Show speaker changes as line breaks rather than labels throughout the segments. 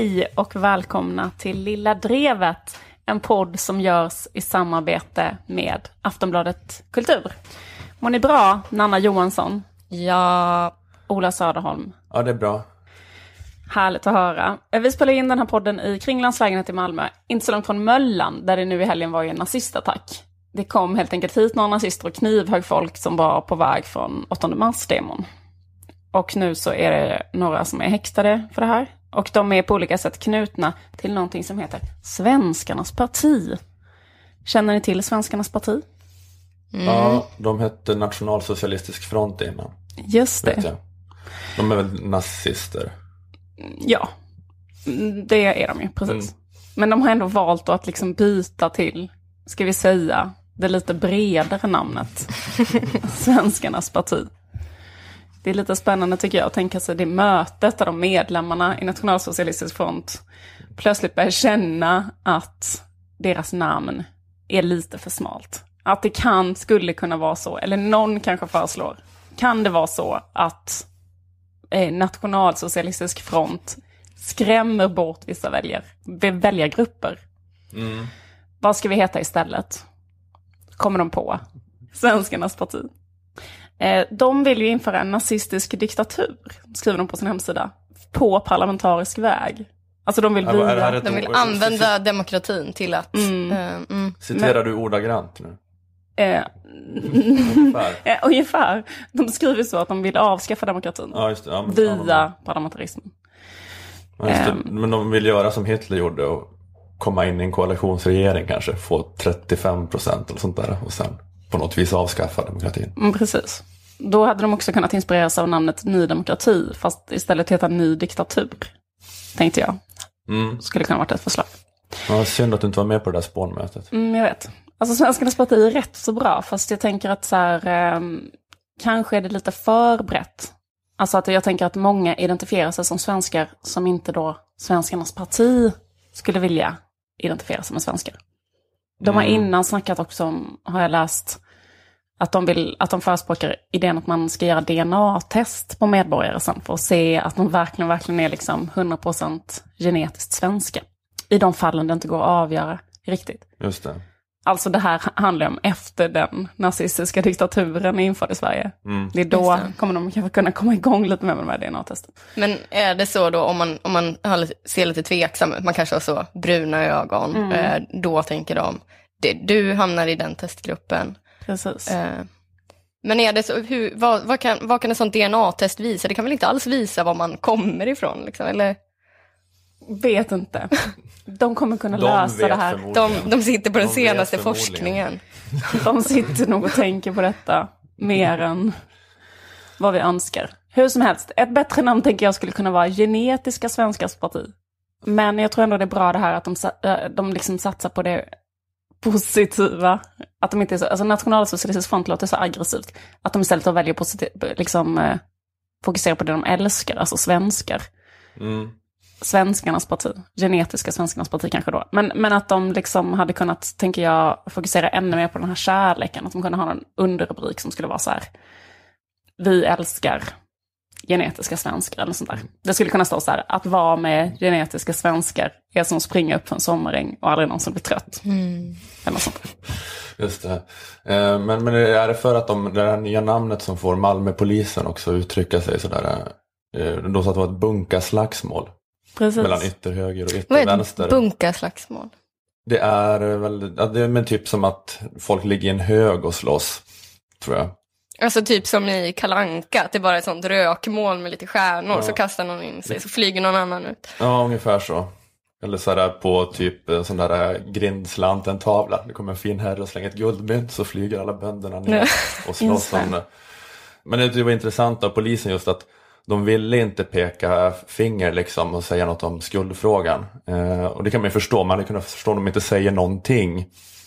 Hej och välkomna till Lilla Drevet, en podd som görs i samarbete med Aftonbladet Kultur. Mår ni bra, Nanna Johansson?
Ja.
Ola Söderholm?
Ja, det är bra.
Härligt att höra. Vi spelar in den här podden i Kringlands lägenhet i Malmö, inte så långt från Möllan, där det nu i helgen var en nazistattack. Det kom helt enkelt hit några nazister och knivhögg folk som var på väg från 8 mars-demon. Och nu så är det några som är häktade för det här. Och de är på olika sätt knutna till någonting som heter Svenskarnas parti. Känner ni till Svenskarnas parti?
Ja, de hette Nationalsocialistisk front innan.
Just det.
De är väl nazister?
Ja, det är de ju, precis. Men de har ändå valt att liksom byta till, ska vi säga, det lite bredare namnet. Svenskarnas parti. Det är lite spännande tycker jag att tänka sig det mötet där de medlemmarna i Nationalsocialistisk front plötsligt börjar känna att deras namn är lite för smalt. Att det skulle kunna vara så, eller någon kanske föreslår, kan det vara så att Nationalsocialistisk front skrämmer bort vissa väljargrupper. Vad ska vi heta istället? Kommer de på? Svenskarnas parti. De vill ju införa en nazistisk diktatur, skriver de på sin hemsida, på parlamentarisk väg. Alltså de vill
använda demokratin till att...
Citerar du ordagrant nu?
Ungefär. De skriver så att de vill avskaffa demokratin via parlamentarismen.
Ja, men de vill göra som Hitler gjorde och komma in i en koalitionsregering kanske, få 35% eller sånt där och sen på något vis avskaffa demokratin.
Precis. Då hade de också kunnat inspireras av namnet Ny demokrati, fast istället heta Ny diktatur, tänkte jag. Skulle kunna varit ett förslag.
Ja, synd att du inte var med på det där spånmötet.
Jag vet. Alltså Svenskarnas parti är rätt så bra, fast jag tänker att så här, kanske är det lite för brett. Alltså att jag tänker att många identifierar sig som svenskar som inte då Svenskarnas parti skulle vilja identifiera sig med svenskar. De har innan snackat också om, har jag läst, att de förespråkar idén att man ska göra DNA-test på medborgare sen för att se att de verkligen är liksom 100% genetiskt svenska. I de fallen det inte går att avgöra riktigt.
Just det.
Alltså det här handlar om efter den nazistiska diktaturen är införd i Sverige. Det är då kommer de kanske kunna komma igång lite med de här DNA-testen.
Men är det så då, om man ser lite tveksam ut, man kanske har så bruna ögon, då tänker de, du hamnar i den testgruppen.
Precis.
Men är det så, vad kan en sån DNA-test visa? Det kan väl inte alls visa var man kommer ifrån, liksom, eller?
Vet inte. De kommer kunna lösa det här.
De sitter på den senaste forskningen.
De sitter nog och tänker på detta mer än vad vi önskar. Hur som helst, ett bättre namn tänker jag skulle kunna vara Genetiska Svenskars parti. Men jag tror ändå det är bra det här att de liksom satsar på det positiva. Att de inte är så, alltså Nationalsocialistisk front låter så aggressivt. Att de istället väljer liksom fokusera på det de älskar, alltså svenskar. Svenskarnas parti, Genetiska Svenskarnas parti kanske då. Men att de liksom hade kunnat, tänker jag, fokusera ännu mer på den här kärleken. Att de kunde ha en underrubrik som skulle vara så här: vi älskar genetiska svenskar eller sånt där. Det skulle kunna stå så här: att vara med genetiska svenskar är som att springa upp för en sommaräng och aldrig någon som blir trött. Eller sånt.
Just det. Men är det för att det här nya namnet som får Malmöpolisen också uttrycka sig sådär, då så att det var ett bunkaslagsmål?
Precis.
Mellan ytterhöger och yttervänster.
Vad är ett bunkaslagsmål?
Det är väl, det är men typ som att folk ligger i en hög och slåss, tror jag.
Alltså typ som i Kalle Anka, att det bara är ett sånt rökmål med lite stjärnor, så kastar någon in sig, så flyger någon annan ut.
Ja, ungefär så. Eller sådär på typ en sån där grindslanten tavla. Det kommer en fin herre och slänger ett guldmynt, så flyger alla bönderna ner och slåss om det. Men det var intressant av polisen just att de ville inte peka finger liksom och säga något om skuldfrågan. Och det kan man ju förstå. Man hade kunnat förstå om de inte säger någonting.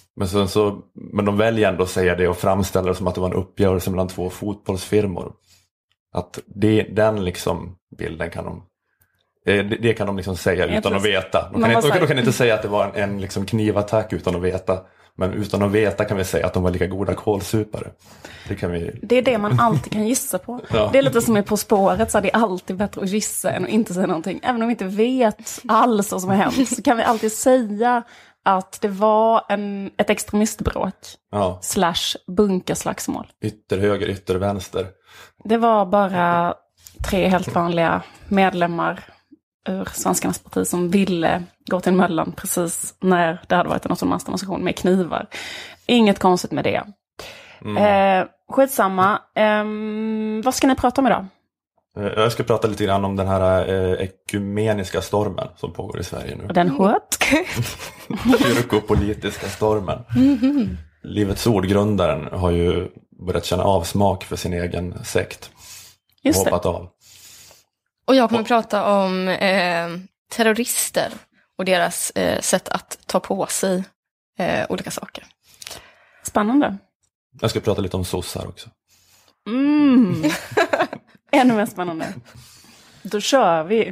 Men de väljer ändå att säga det och framställa det som att det var en uppgörelse mellan 2 fotbollsfirmor. Att den liksom bilden kan de Det kan de liksom säga utan att veta. De kan inte säga att det var en liksom knivattack utan att veta. Men utan att veta kan vi säga att de var lika goda kålsupare. Det är
det man alltid kan gissa på. Ja. Det är lite som är På spåret, så det är alltid bättre att gissa än att inte säga någonting. Även om vi inte vet alls vad som har hänt så kan vi alltid säga att det var ett extremistbråk.
Ja.
/ bunkerslagsmål.
Ytterhöger, yttervänster.
Det var bara 3 helt vanliga medlemmar ur Svenskarnas parti som ville gå till Möllan precis när det hade varit en massdemonstration med knivar. Inget konstigt med det. Skitsamma. Vad ska ni prata om idag?
Jag ska prata lite grann om den här ekumeniska stormen som pågår i Sverige nu.
Och den sköt?
Kyrkopolitiska stormen. Mm-hmm. Livets ordgrundaren har ju börjat känna avsmak för sin egen sekt.
Just
hoppat av.
Och jag kommer prata om terrorister och deras sätt att ta på sig olika saker.
Spännande.
Jag ska prata lite om sossar också.
Ännu mer spännande. Då kör vi.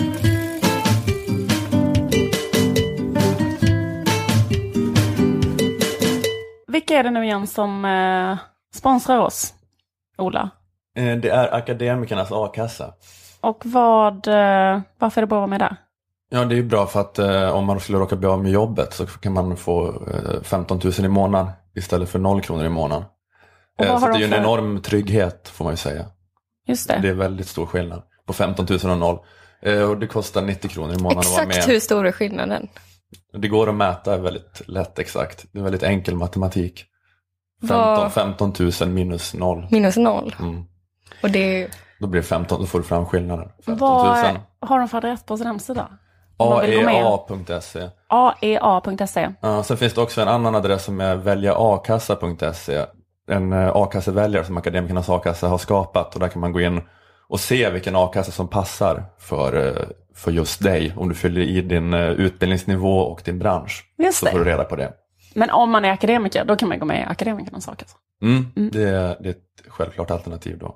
Vilka är det nu igen som sponsrar oss, Ola?
Det är Akademikernas A-kassa.
Och varför är det bra att vara med där?
Ja, det är ju bra för att om man skulle råka bli av med jobbet så kan man få 15 000 i månaden istället för 0 kronor i månaden. Så det är ju en enorm trygghet får man ju säga.
Just det.
Det är väldigt stor skillnad på 15 000 och 0. Och det kostar 90 kronor i månaden att vara med.
Exakt hur stor är skillnaden?
Det går att mäta väldigt lätt exakt. Det är väldigt enkel matematik. 15 000 minus 0.
Minus 0? Mm. Och det...
Då blir det 15, då får du fram skillnaden. 15 000.
Vad har de för adress på sin hemsida?
AEA.se.
AEA.se.
Ja, sen finns det också en annan adress som är väljaakassa.se. En a-kasseväljare som Akademikernas A-kassa har skapat. Och där kan man gå in och se vilken a-kassa som passar för just dig. Om du fyller i din utbildningsnivå och din bransch.
Just
så får du reda på det.
Men om man är akademiker, då kan man gå med i Akademikernas A-kassa.
Det är ett självklart alternativ då.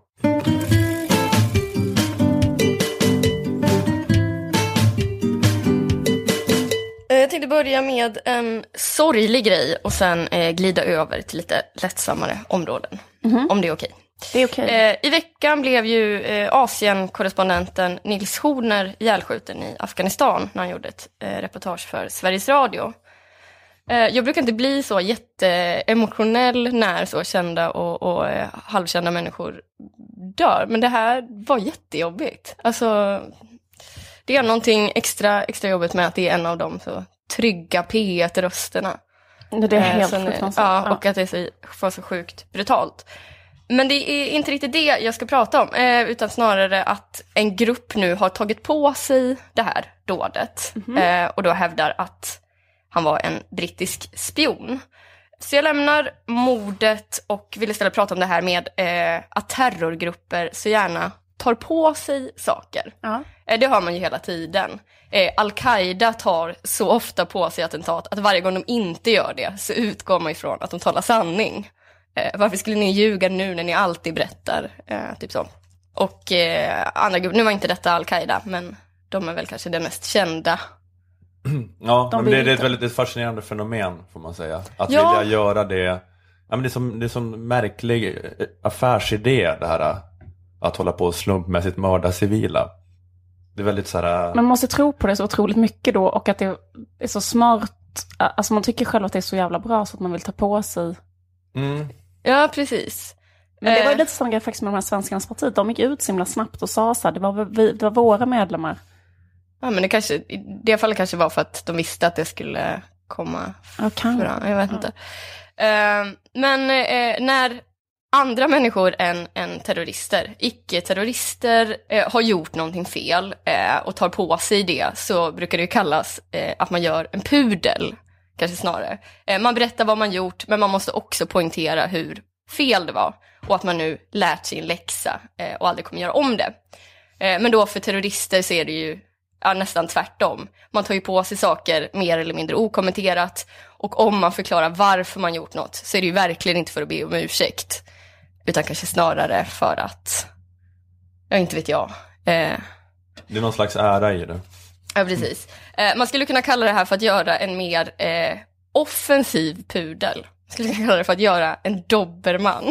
Jag tänkte börja med en sorglig grej och sen glida över till lite lättsammare områden. Om det är okej.
Det är okej.
I veckan blev ju Asien-korrespondenten Nils Horner ihjälskjuten i Afghanistan när han gjorde ett reportage för Sveriges Radio. Jag brukar inte bli så jätteemotionell när så kända och halvkända människor dör. Men det här var jättejobbigt. Alltså, det är någonting extra jobbigt med att det är en av de så trygga P1-rösterna.
Det är helt fruktansvärt.
Ja, och att det var så sjukt brutalt. Men det är inte riktigt det jag ska prata om, utan snarare att en grupp nu har tagit på sig det här dådet. Och då hävdar att han var en brittisk spion. Så jag lämnar mordet och vill istället prata om det här med att terrorgrupper så gärna tar på sig saker. Det har man ju hela tiden. Al-Qaida tar så ofta på sig attentat att varje gång de inte gör det så utgår man ifrån att de talar sanning. Varför skulle ni ljuga nu när ni alltid berättar? Typ så. Och andra grupper, nu var inte detta Al-Qaida, men de är väl kanske det mest kända.
Ja, men det är ett väldigt fascinerande fenomen får man säga. Att vilja göra det. Ja, men det är som märklig affärsidé det här att hålla på och slumpmässigt mörda civila. Det är väldigt så här...
Man måste tro på det så otroligt mycket då och att det är så smart. Alltså man tycker själv att det är så jävla bra så att man vill ta på sig.
Ja, precis.
Men det var ju lite samma grej faktiskt med de här Svenskarnas parti. De gick ut så himla snabbt och sa så här, det var våra medlemmar.
Ja, men det kanske, i det fallet kanske var för att de visste att det skulle komma fram. Jag vet inte. Men när andra människor än terrorister, icke-terrorister har gjort någonting fel och tar på sig det, så brukar det ju kallas att man gör en pudel, kanske snarare. Man berättar vad man gjort, men man måste också poängtera hur fel det var och att man nu lärt sin läxa och aldrig kommer göra om det. Men då för terrorister så är det ju nästan tvärtom. Man tar ju på sig saker mer eller mindre okommenterat, och om man förklarar varför man gjort något så är det ju verkligen inte för att be om ursäkt, utan kanske snarare för att, inte vet jag,
Det är någon slags ära i det.
Ja, precis. Man skulle kunna kalla det här för att göra en mer offensiv pudel. Man skulle kunna kalla det för att göra en dobermann.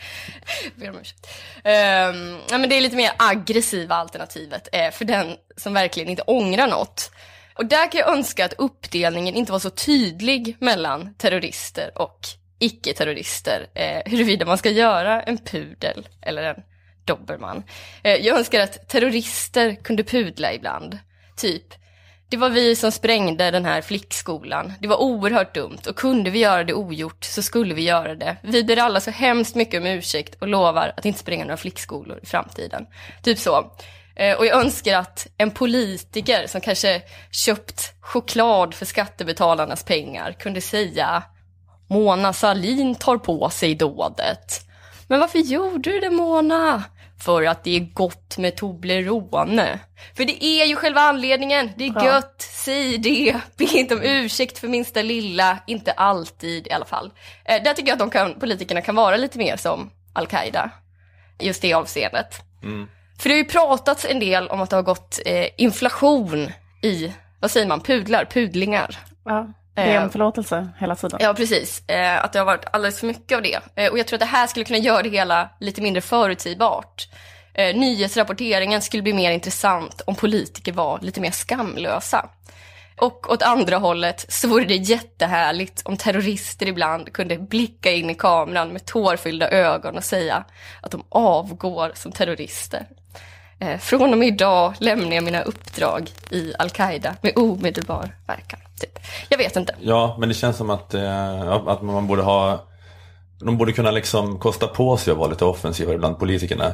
Ja, men det är lite mer aggressiva alternativet för den som verkligen inte ångrar något. Och där kan jag önska att uppdelningen inte var så tydlig mellan terrorister och icke-terrorister, huruvida man ska göra en pudel eller en dobermann. Jag önskar att terrorister kunde pudla ibland. Typ, det var vi som sprängde den här flickskolan. Det var oerhört dumt och kunde vi göra det ogjort så skulle vi göra det. Vi ber alla så hemskt mycket om ursäkt och lovar att inte spränga några flickskolor i framtiden. Typ så. Och jag önskar att en politiker som kanske köpt choklad för skattebetalarnas pengar kunde säga: Mona Sahlin tar på sig dådet. Men varför gjorde du det, Mona? För att det är gott med Toblerone. För det är ju själva anledningen. Det är gött, säg det. Be inte om ursäkt för minsta lilla. Inte alltid i alla fall. Där tycker jag att politikerna kan vara lite mer som Al-Qaida. Just det avseendet. Mm. För det har ju pratats en del om att det har gått inflation i, vad säger man, pudlingar.
Ja. Det är en förlåtelse hela tiden.
Ja, precis. Att det har varit alldeles för mycket av det. Och jag tror att det här skulle kunna göra det hela lite mindre förutsägbart. Nyhetsrapporteringen skulle bli mer intressant om politiker var lite mer skamlösa. Och åt andra hållet så vore det jättehärligt om terrorister ibland kunde blicka in i kameran med tårfyllda ögon och säga att de avgår som terrorister. Från och med idag lämnar jag mina uppdrag i Al-Qaida med omedelbar verkan. Typ. Jag vet inte.
Ja, men det känns som att man borde ha... De borde kunna liksom kosta på sig att vara lite offensiva bland politikerna.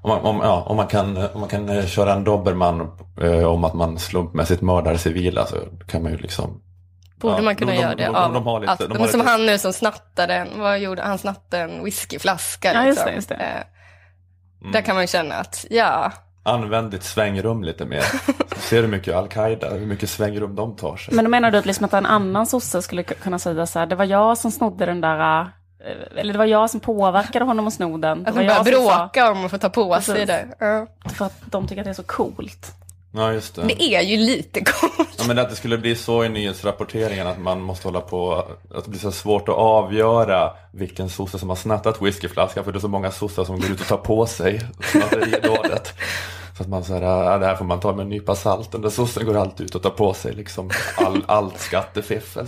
Om man kan köra en dobermann om att man slumpmässigt mördar civila, så kan man ju liksom...
Borde man kunna göra det? Som han nu som snattade vad gjorde han? Snattade en whiskyflaska.
Ja, just det.
Där kan man ju känna att,
använd ditt svängrum lite mer. Ser du mycket Al-Qaida, hur mycket svängrum de tar sig.
Men då menar du att, liksom att en annan sosse skulle kunna säga så här: det var jag som snodde den där, eller det var jag som påverkade honom att sno den.
Att de börjar bråka om att få ta på sig det.
För att de tycker att det är så coolt.
Ja, just det.
Det är ju lite coolt.
Ja, men att det skulle bli så i nyhetsrapporteringen att man måste hålla på, att det blir så svårt att avgöra vilken sosse som har snattat whiskyflaskan, för det är så många sossar som går ut och tar på sig snatteridådet. Så att man säger, det här får man ta med en nypa salt. Den där sossen går alltid ut och tar på sig liksom allt skattefiffel.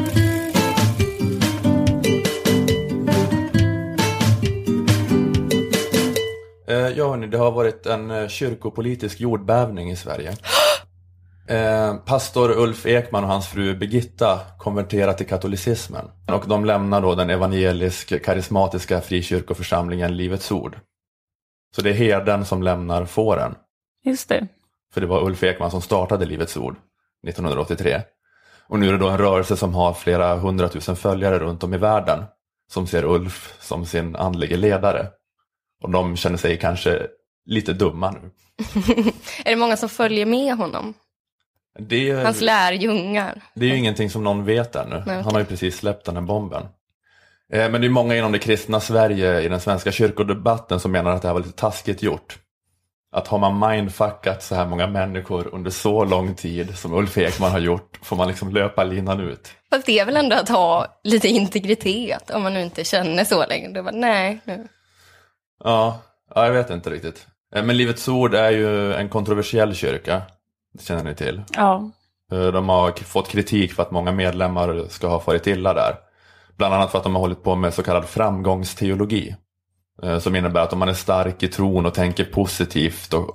Ja, hörni, det har varit en kyrkopolitisk jordbävning i Sverige. Pastor Ulf Ekman och hans fru Birgitta konverterar till katolicismen. Och de lämnar då den evangelisk-karismatiska frikyrkoförsamlingen Livets Ord. Så det är herden som lämnar fåren.
Just det.
För det var Ulf Ekman som startade Livets Ord 1983. Och nu är det då en rörelse som har flera 100 000 följare runt om i världen, som ser Ulf som sin andlige ledare. Och de känner sig kanske lite dumma nu.
Är det många som följer med honom? Hans lärjungar.
Det är ju ingenting som någon vet ännu. Okay. Han har ju precis släppt den här bomben. Men det är många inom det kristna Sverige i den svenska kyrkodebatten som menar att det här var lite taskigt gjort. Att har man mindfuckat så här många människor under så lång tid som Ulf Ekman har gjort, får man liksom löpa linan ut.
Fast det är väl ändå att ha lite integritet om man nu inte känner så länge. Det var, nej.
Ja, jag vet inte riktigt. Men Livets Ord är ju en kontroversiell kyrka. Det känner ni till.
Ja.
De har fått kritik för att många medlemmar ska ha farit illa där. Bland annat för att de har hållit på med så kallad framgångsteologi. Som innebär att om man är stark i tron och tänker positivt och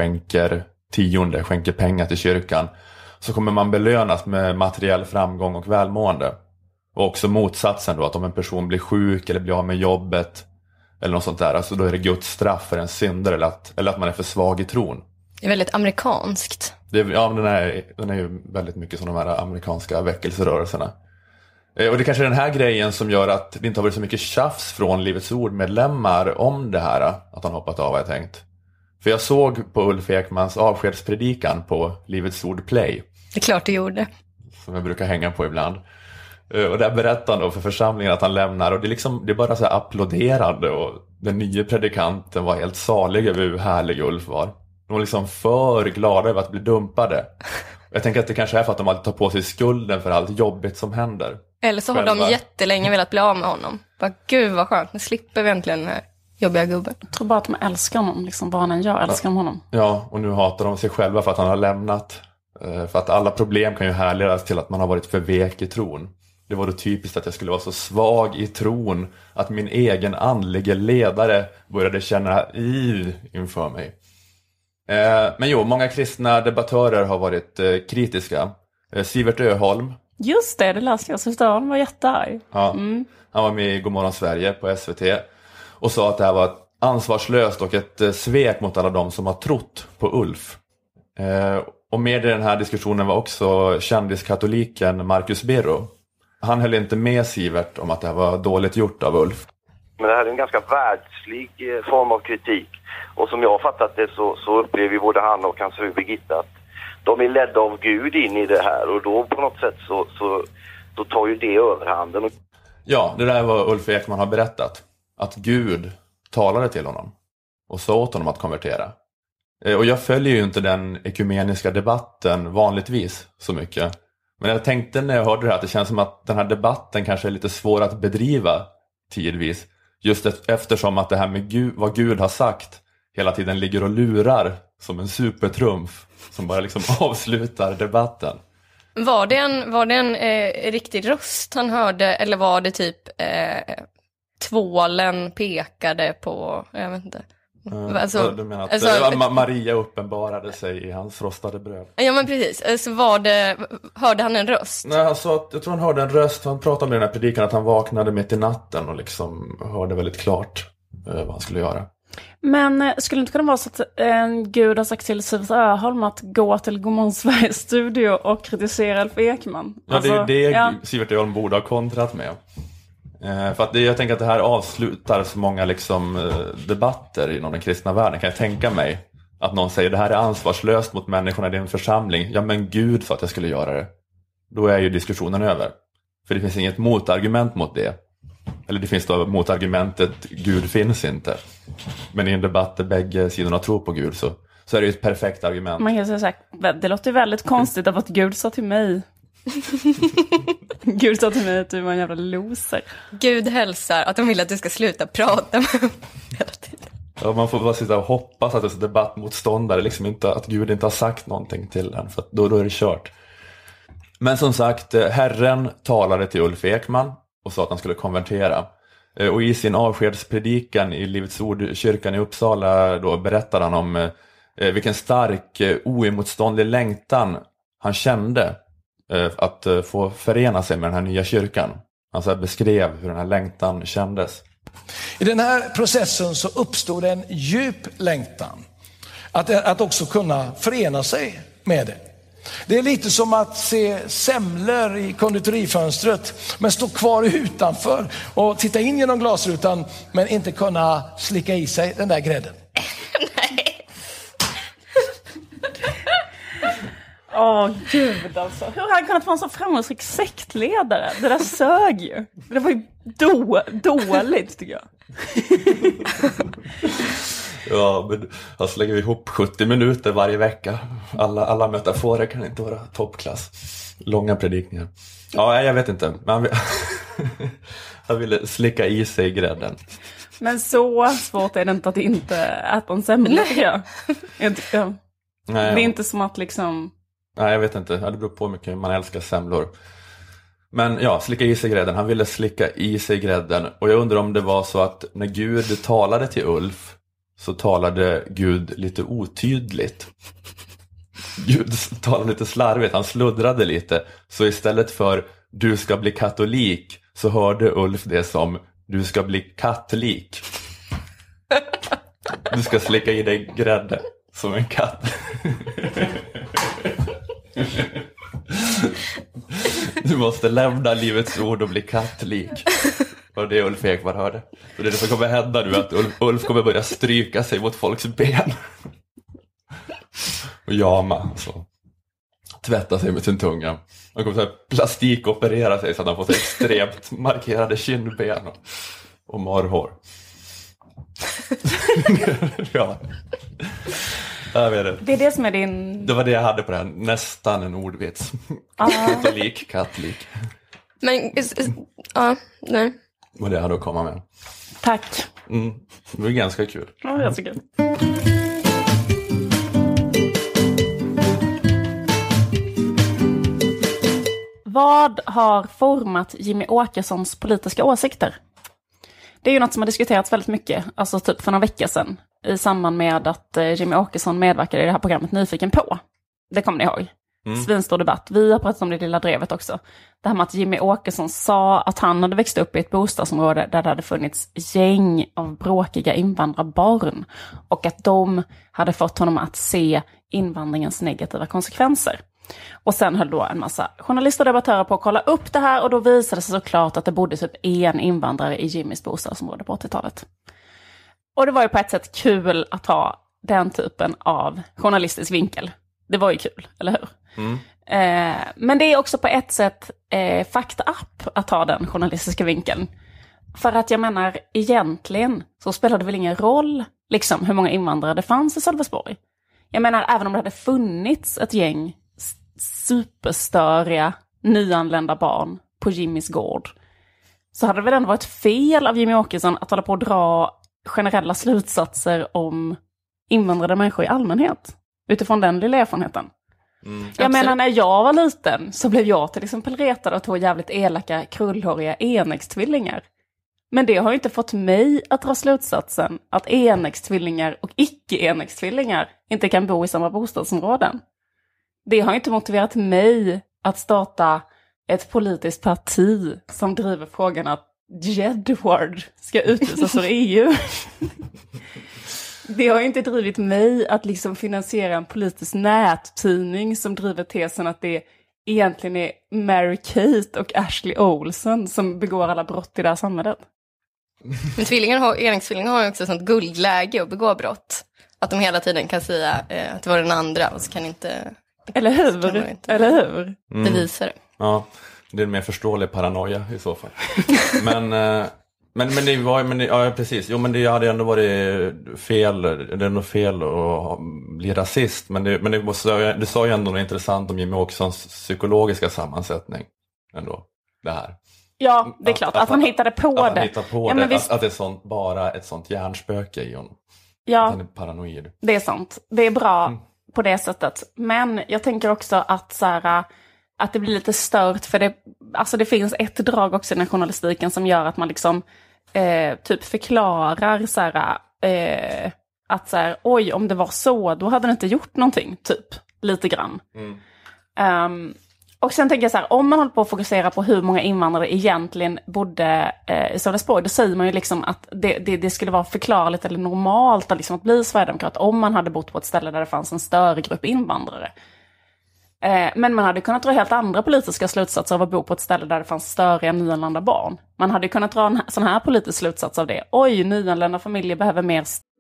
skänker pengar till kyrkan, så kommer man belönas med materiell framgång och välmående. Och också motsatsen då, att om en person blir sjuk eller blir av med jobbet eller något sånt där, alltså då är det Guds straff för en synder eller att man är för svag i tron.
Det är väldigt amerikanskt.
Ja, den är ju väldigt mycket som de här amerikanska väckelserörelserna. Och det kanske är den här grejen som gör att det inte har varit så mycket tjafs från Livets Ord-medlemmar om det här, att han hoppat av, har jag tänkt. För jag såg på Ulf Ekmans avskedspredikan på Livets Ord Play.
Det är klart du gjorde.
Som jag brukar hänga på ibland. Och där berättar han då för församlingen att han lämnar, och det är bara så här applåderande, och den nya predikanten var helt salig över hur härlig Ulf var. De var liksom för glada över att bli dumpade. Jag tänker att det kanske är för att de alltid tar på sig skulden för allt jobbigt som händer.
Eller så har de jättelänge velat bli av med honom. Bara, gud vad skönt, nu slipper vi äntligen den här jobbiga gubben.
Jag tror bara att de älskar honom, liksom barnen jag älskar honom.
Ja, och nu hatar de sig själva för att han har lämnat. För att alla problem kan ju härledas till att man har varit för vek i tron. Det var då typiskt att jag skulle vara så svag i tron att min egen andlige ledare började känna inför mig. Men jo, många kristna debattörer har varit kritiska. Sivert Öholm.
Just det läste jag. Så han var jättearg.
Ja, han var med i Godmorgon Sverige på SVT och sa att det här var ansvarslöst och ett svek mot alla de som har trott på Ulf. Och med i den här diskussionen var också kändiskatoliken Marcus Birro. Han höll inte med Sivert om att det här var dåligt gjort av Ulf.
Men det här är en ganska världslig form av kritik. Och som jag har fattat det så upplever både han och hans fru Birgitta att de är ledda av Gud in i det här. Och då på något sätt så tar ju det överhanden.
Ja, det där var Ulf Ekman har berättat. Att Gud talade till honom och sa åt honom att konvertera. Och jag följer ju inte den ekumeniska debatten vanligtvis så mycket. Men jag tänkte när jag hörde det här att det känns som att den här debatten kanske är lite svår att bedriva tidvis. Just eftersom att det här med Gud, vad Gud har sagt hela tiden ligger och lurar som en supertrumf som bara liksom avslutar debatten.
Var det en riktig röst han hörde eller var det typ tvålen pekade på, jag vet inte.
Alltså, du menar att Maria uppenbarade sig i hans frostade bröd.
Ja men precis, så hörde han en röst?
Nej, jag tror han hörde en röst. Han pratade med den här predikan att han vaknade mitt i natten och liksom hörde väldigt klart vad han skulle göra. Men
skulle det inte kunna vara så att Gud har sagt till Sivert Öholm att gå till Godmorgon Sveriges studio och kritisera Ulf Ekman?
Ja, alltså, det är det Sivert Öholm borde ha kontrat med. För att jag tänker att det här avslutar så många liksom, debatter inom den kristna världen. Kan jag tänka mig att någon säger det här är ansvarslöst mot människorna i din församling. Ja men Gud sa att jag skulle göra det. Då är ju diskussionen över. För det finns inget motargument mot det. Eller det finns då motargumentet Gud finns inte. Men i en debatt där bägge sidorna tror på Gud så är det ju ett perfekt argument.
Man kan säga så här, det låter väldigt konstigt av att Gud sa till mig. Gud sa till mig att du var en jävla loser.
Gud hälsar att de vill att du ska sluta prata med dem hela tiden.
Ja, man får bara sitta och hoppas att det är debattmotståndare liksom inte, att Gud inte har sagt någonting till den. För att då är det kört. Men som sagt, Herren talade till Ulf Ekman och sa att han skulle konvertera. Och i sin avskedspredikan i Livets Ord-kyrkan i Uppsala då berättade han om vilken stark, oemotståndlig längtan han kände att få förena sig med den här nya kyrkan. Han så beskrev hur den här längtan kändes.
I den här processen så uppstod en djup längtan att också kunna förena sig med det. Det är lite som att se semlor i konditorifönstret men stå kvar utanför och titta in genom glasrutan men inte kunna slicka i sig den där grädden.
Gud alltså. Hur har han kunnat vara en så framgångsrik sektledare? Det där sög ju. Det var ju dåligt tycker jag.
Ja, men han slänger ihop 70 minuter varje vecka. Alla metaforer kan inte vara toppklass. Långa predikningar. Ja, jag vet inte. Men han ville slicka i sig grädden.
Men så svårt är det inte att inte äta en semla tycker jag. Det är inte som att liksom...
Nej, jag vet inte. Det beror på hur mycket man älskar semlor. Men ja, slicka i sig grädden. Han ville slicka i sig grädden. Och jag undrar om det var så att när Gud talade till Ulf så talade Gud lite otydligt. Gud talade lite slarvigt. Han sluddrade lite. Så istället för du ska bli katolik så hörde Ulf det som du ska bli kattlik. Du ska slicka i dig grädde som en katt. Du måste lämna Livets Ord och bli kattlik. Och det Ulf Ekman hörde. Och det är det som kommer hända nu, att Ulf kommer börja stryka sig mot folks ben. Och jama så. Tvätta sig med sin tunga. Han kommer så här plastikoperera sig så att han får så extremt markerade kindben och morrhår. Ja. Jag vet det.
Det är det som är din...
Det var det jag hade på det här. Nästan en ordvits. Katolik.
Men, ja, nej.
Och det hade att komma med.
Tack.
Det var ganska kul.
Ja, jag tycker. Vad har format Jimmy Åkessons politiska åsikter? Det är ju något som har diskuterats väldigt mycket, alltså typ för några veckor sedan, i samband med att Jimmy Åkesson medverkade i det här programmet Nyfiken på. Det kommer ni ihåg. Svinstor debatt. Vi har pratat om det lilla drevet också. Det här med att Jimmy Åkesson sa att han hade växt upp i ett bostadsområde där det hade funnits gäng av bråkiga invandrarbarn och att de hade fått honom att se invandringens negativa konsekvenser. Och sen höll då en massa journalister och debattörer på att kolla upp det här och då visade det sig såklart att det bodde typ en invandrare i Jimmys bostadsområde på 80-talet. Och det var ju på ett sätt kul att ha den typen av journalistisk vinkel. Det var ju kul, eller hur? Men det är också på ett sätt fucked up att ha den journalistiska vinkeln. För att jag menar, egentligen så spelar det väl ingen roll liksom hur många invandrare det fanns i Sölvesborg. Jag menar, även om det hade funnits ett gäng superstöriga nyanlända barn på Jimmys gård så hade det väl ändå varit fel av Jimmy Åkesson att hålla på att dra generella slutsatser om invandrade människor i allmänhet utifrån den lilla erfarenheten. Jag menar, när jag var liten så blev jag till exempel retad av 2 jävligt elaka krullhåriga enäggstvillingar. Men det har ju inte fått mig att dra slutsatsen att enäggstvillingar och icke-enäggstvillingar inte kan bo i samma bostadsområden. Det har inte motiverat mig att starta ett politiskt parti som driver frågan att Jedward ska utvisas ur EU. Det har inte drivit mig att liksom finansiera en politisk nättidning som driver tesen att det egentligen är Mary Kate och Ashley Olsen som begår alla brott i det här samhället.
Men enäggstvillingar har ju också ett sånt guldläge att begå brott. Att de hela tiden kan säga att det var den andra och så kan inte...
Eller hur? Eller hur?
Bevisa det.
Ja, det är en mer förståelig paranoia i så fall. Men det var ja, precis. Jo, men det hade ändå varit fel. Det är nog fel att bli rasist. Men det sa ju ändå något intressant om Jimmy Åkessons psykologiska sammansättning ändå, det här.
Ja, det är klart. Att han hittade på det.
Att han hittade på det. Att det är bara ett sånt hjärnspöke i honom.
Ja,
att han är paranoid.
Det är sant. Det är bra på det sättet. Men jag tänker också att så här, att det blir lite stört. För det finns ett drag också i den journalistiken som gör att man liksom typ förklarar så här, att så här, oj, om det var så, då hade det inte gjort någonting, typ, lite grann. Och sen tänker jag så här, om man håller på att fokusera på hur många invandrare egentligen bodde i Sölvesborg, då säger man ju liksom att det skulle vara förklarligt eller normalt att bli sverigedemokrat om man hade bott på ett ställe där det fanns en större grupp invandrare. Men man hade kunnat dra helt andra politiska slutsatser av att bo på ett ställe där det fanns större nyanlända barn. Man hade kunnat dra en sån här politisk slutsats av det. Oj, nyanlända familjer behöver mer...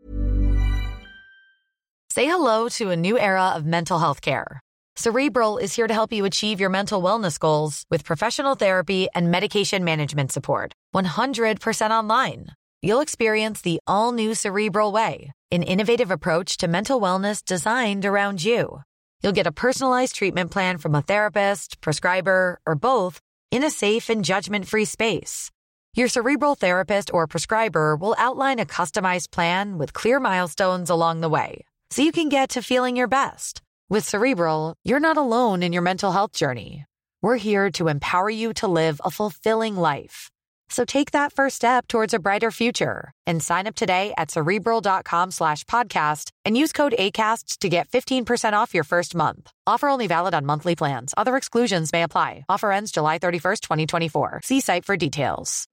Say hello to a new era of mental health care. Cerebral is here to help you achieve your mental wellness goals with professional therapy and medication management support. 100% online. You'll experience the all-new Cerebral way, an innovative approach to mental wellness designed around you. You'll get a personalized treatment plan from a therapist, prescriber, or both in a safe and judgment-free space. Your Cerebral therapist or prescriber will outline a customized plan with clear milestones along the way, so you can get to feeling your best. With Cerebral, you're not alone in your mental health journey. We're here to empower you to live a fulfilling life. So take that first step towards a brighter future and sign up today at Cerebral.com/podcast and use code ACAST to get 15% off your first month. Offer only valid on monthly plans. Other exclusions may apply. Offer ends July 31st, 2024. See site for details.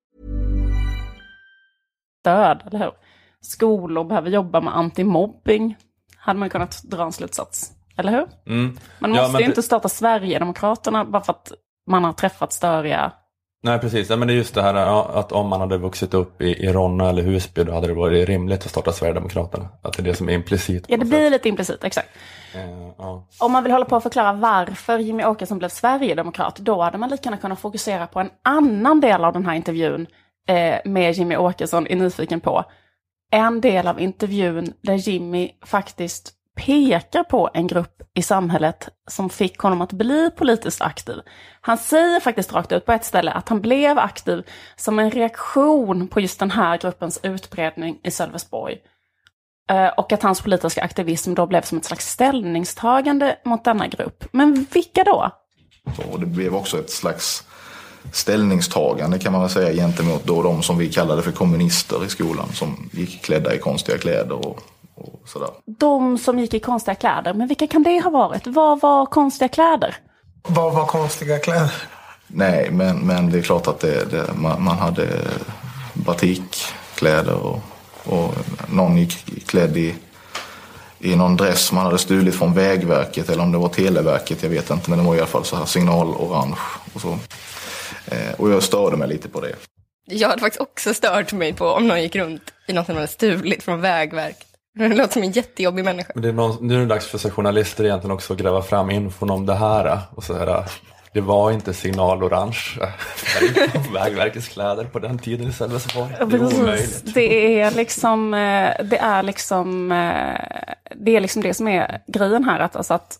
Död, eller hur? Skolor behöver jobba med antimobbing. Hade man kunnat dra en slutsats, eller hur? Man måste ju inte starta Sverigedemokraterna bara för att man har träffat störiga...
Nej, precis. Ja, men det är just det här att om man hade vuxit upp i Ronna eller Husby, då hade det varit rimligt att starta Sverigedemokraterna. Att det är det som är implicit.
Ja, det blir lite implicit, exakt.
Ja.
Om man vill hålla på att förklara varför Jimmy Åkesson blev Sverigedemokrat, då hade man lika gärna kunnat fokusera på en annan del av den här intervjun med Jimmy Åkesson är nyfiken på. En del av intervjun där Jimmy faktiskt pekar på en grupp i samhället som fick honom att bli politiskt aktiv. Han säger faktiskt rakt ut på ett ställe att han blev aktiv som en reaktion på just den här gruppens utbredning i Sölvesborg. Och att hans politiska aktivism då blev som ett slags ställningstagande mot denna grupp. Men vilka då?
Och det blev också ett slags ställningstagande kan man väl säga gentemot då de som vi kallade för kommunister i skolan som gick klädda i konstiga kläder och sådär. De
som gick i konstiga kläder, men vilka kan det ha varit? Vad var konstiga kläder?
Vad var konstiga kläder?
Nej, men det är klart att man hade batikkläder och någon gick klädd i någon dress man hade stulit från Vägverket eller om det var Televerket, jag vet inte, men det var i alla fall så här signalorange och så. Och jag störde mig lite på det.
Jag hade faktiskt också stört mig på om någon gick runt i något som hade stulit från Vägverket. Det låter som en jättejobbig människa.
Men nu är det dags för journalister egentligen också att gräva fram infon om det här. Och så här, det var inte signalorange Vägverkets kläder på den tiden i Sölvesborg. Det är omöjligt.
Det är liksom det som är grejen här. Att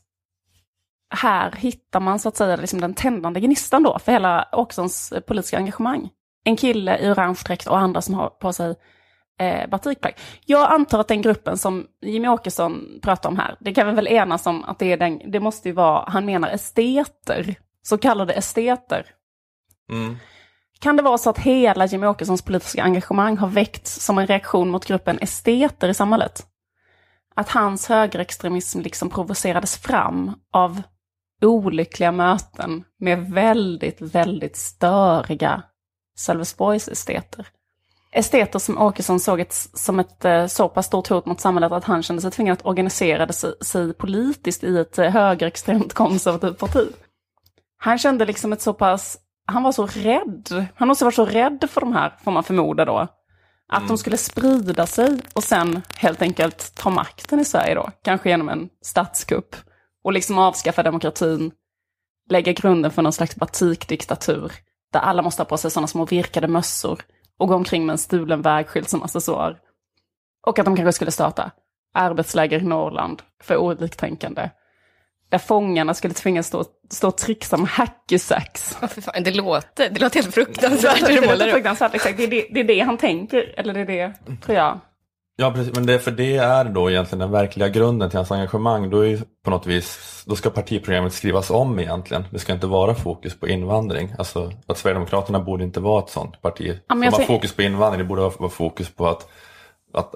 här hittar man så att säga liksom den tändande gnistan då för hela Åkessons politiska engagemang. En kille i orange dräkt och andra som har på sig batikplagg. Jag antar att den gruppen som Jimmy Åkesson pratar om här, det kan vi väl enas om att det måste ju vara, han menar esteter, så kallade esteter.
Mm.
Kan det vara så att hela Jimmy Åkessons politiska engagemang har väckts som en reaktion mot gruppen esteter i samhället? Att hans högerextremism liksom provocerades fram av olyckliga möten med väldigt, väldigt störiga Sölvesborgs esteter. Esteter som Åkesson såg som ett så pass stort hot mot samhället att han kände sig tvingad att organisera sig politiskt i ett högerextremt konservativt parti. Han kände liksom han var så rädd. Han måste vara så rädd för de här, får man förmoda då. Att de skulle sprida sig och sen helt enkelt ta makten i Sverige då. Kanske genom en statskupp. Och liksom avskaffa demokratin. Lägga grunden för någon slags batikdiktatur. Där alla måste ha på sig sådana små virkade mössor. Och gå omkring med en stulen vägskylt som accessoar. Och att de kanske skulle starta arbetsläger i Norrland för oliktänkande. Där fångarna skulle tvingas stå och trixa med hackysax.
Det låter helt fruktansvärt.
Det låter fruktansvärt, exakt. Det är det han tänker, eller det är det, tror jag.
Ja, precis. Men det är då egentligen den verkliga grunden till hans engagemang. Då är på något vis, då ska partiprogrammet skrivas om egentligen. Det ska inte vara fokus på invandring. Alltså att Sverigedemokraterna borde inte vara ett sånt parti. Som har fokus på invandring, det borde vara fokus på att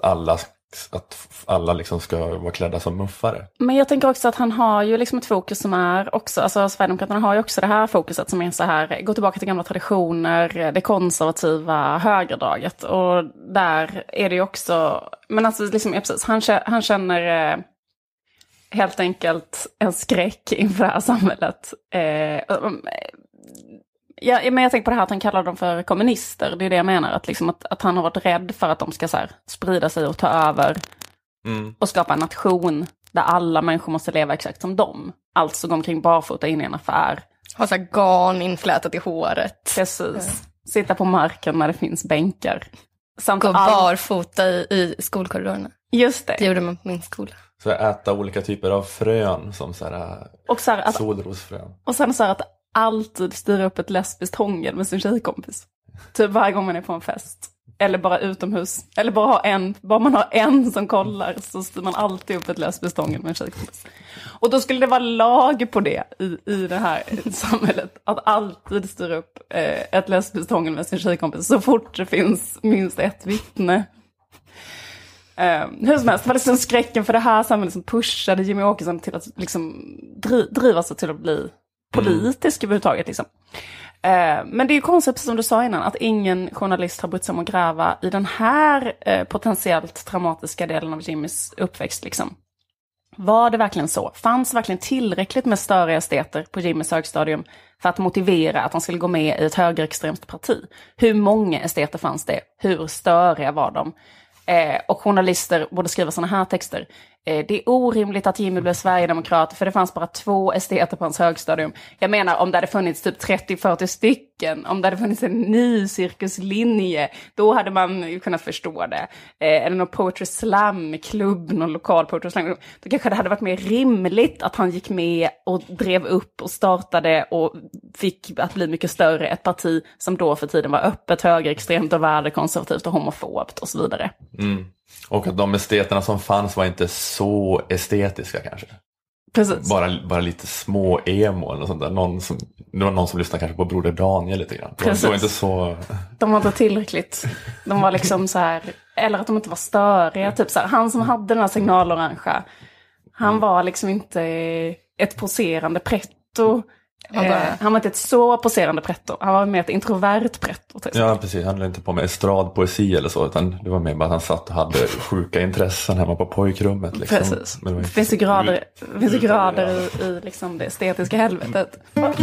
alla liksom ska vara klädda som muffare.
Men jag tänker också att han har ju liksom ett fokus som är också, alltså Sverigedemokraterna har ju också det här fokuset som är så här, gå tillbaka till gamla traditioner, det konservativa högerdraget, och där är det ju också, men alltså liksom, ja, precis, han känner helt enkelt en skräck inför det här samhället. Ja, men jag tänker på det här att han kallar dem för kommunister. Det är det jag menar. Att han har varit rädd för att de ska så här, sprida sig och ta över. Och skapa en nation där alla människor måste leva exakt som dem. Alltså gå omkring barfota in i en affär.
Ha så här garn inflätat i håret.
Precis. Sitta på marken när det finns bänkar.
Samt gå barfota i skolkorridorerna.
Just det.
Det gjorde man på min skola.
Så äta olika typer av frön som så här solrosfrön.
Och sen så här att alltid styra upp ett lesbiskt hångel med sin tjejkompis. Typ varje gång man är på en fest. Eller bara utomhus. Eller bara man har en som kollar, så styr man alltid upp ett lesbiskt hångel med en tjejkompis. Och då skulle det vara lag på det i det här samhället. Att alltid styra upp ett lesbiskt hångel med sin tjejkompis så fort det finns minst ett vittne. Hur som helst, det var liksom skräcken för det här samhället som pushade Jimmy Åkesson till att liksom driva sig till att bli politisk överhuvudtaget liksom. Men det är ju konstigt som du sa innan, att ingen journalist har brytt sig om att gräva i den här potentiellt traumatiska delen av Jimmys uppväxt liksom. Var det verkligen så? Fanns verkligen tillräckligt med störiga esteter på Jimmys högstadium för att motivera att han skulle gå med i ett högerextremt parti? Hur många esteter fanns det? Hur störiga var de? Och journalister borde skriva såna här texter. det är orimligt att Jimmy blev Sverigedemokrat för det fanns bara 2 esteter på hans högstadium. Jag menar om det hade funnits typ 30-40 stycken, om det hade funnits en ny cirkuslinje, då hade man ju kunnat förstå det. Eller någon poetry slam-klubb, någon lokal poetry slam. Då kanske det hade varit mer rimligt att han gick med och drev upp och startade och fick att bli mycket större ett parti som då för tiden var öppet högerextremt och värdekonservativt och homofobt och så vidare.
Mm. Och att de esteterna som fanns var inte så estetiska kanske.
Precis.
Bara lite små emo eller sånt där. Det var någon som lyssnade kanske på Broder Daniel lite grann. Det var inte så...
De var inte tillräckligt. De var liksom så här, eller att de inte var störiga. Typ så här, han som hade den här signalorangea, han var liksom inte ett poserande pretto. Han var inte ett så poserande pretto. Han var mer ett introvert pretto.
Ja, precis. Han höll inte på med estradpoesi eller så. Utan det var mer bara att han satt och hade sjuka intressen hemma på pojkrummet. Liksom.
Precis. Det finns ju grader i liksom det estetiska helvetet.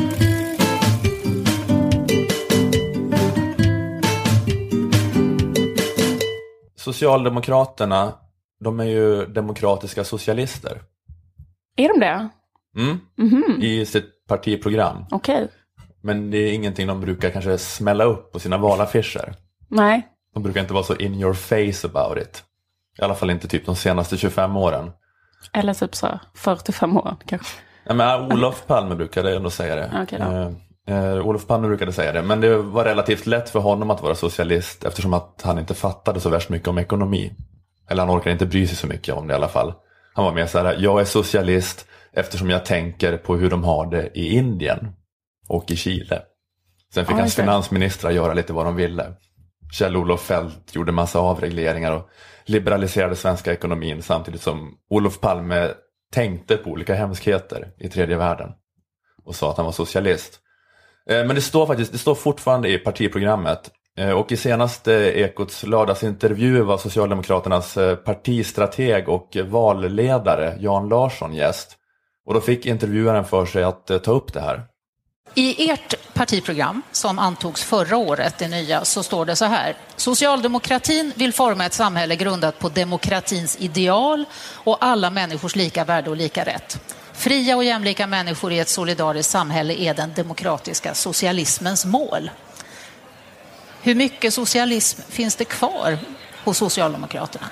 Socialdemokraterna, de är ju demokratiska socialister.
Är de det?
Mm.
Mm-hmm.
I sitt partiprogram.
Okej.
Men det är ingenting de brukar kanske smälla upp på sina valaffischer.
Nej.
De brukar inte vara så in your face about it. I alla fall inte typ de senaste 25 åren.
Eller typ så 45 år kanske.
Ja, men Olof Palme brukade ändå säga det.
Okay,
Olof Palme brukade säga det. Men det var relativt lätt för honom att vara socialist eftersom att han inte fattade så värst mycket om ekonomi. Eller han orkade inte bry sig så mycket om det i alla fall. Han var mer så här: jag är socialist eftersom jag tänker på hur de har det i Indien och i Chile. Sen fick hans finansministrar göra lite vad de ville. Kjell-Olof Feldt gjorde massa avregleringar och liberaliserade svenska ekonomin samtidigt som Olof Palme tänkte på olika hemskheter i tredje världen och sa att han var socialist. Men det står fortfarande i partiprogrammet. Och i senaste Ekots lördagsintervju var Socialdemokraternas partistrateg och valledare Jan Larsson gäst. Och då fick intervjuaren för sig att ta upp det här.
I ert partiprogram som antogs förra året, det nya, så står det så här: Socialdemokratin vill forma ett samhälle grundat på demokratins ideal och alla människors lika värde och lika rätt. Fria och jämlika människor i ett solidariskt samhälle är den demokratiska socialismens mål. Hur mycket socialism finns det kvar hos Socialdemokraterna?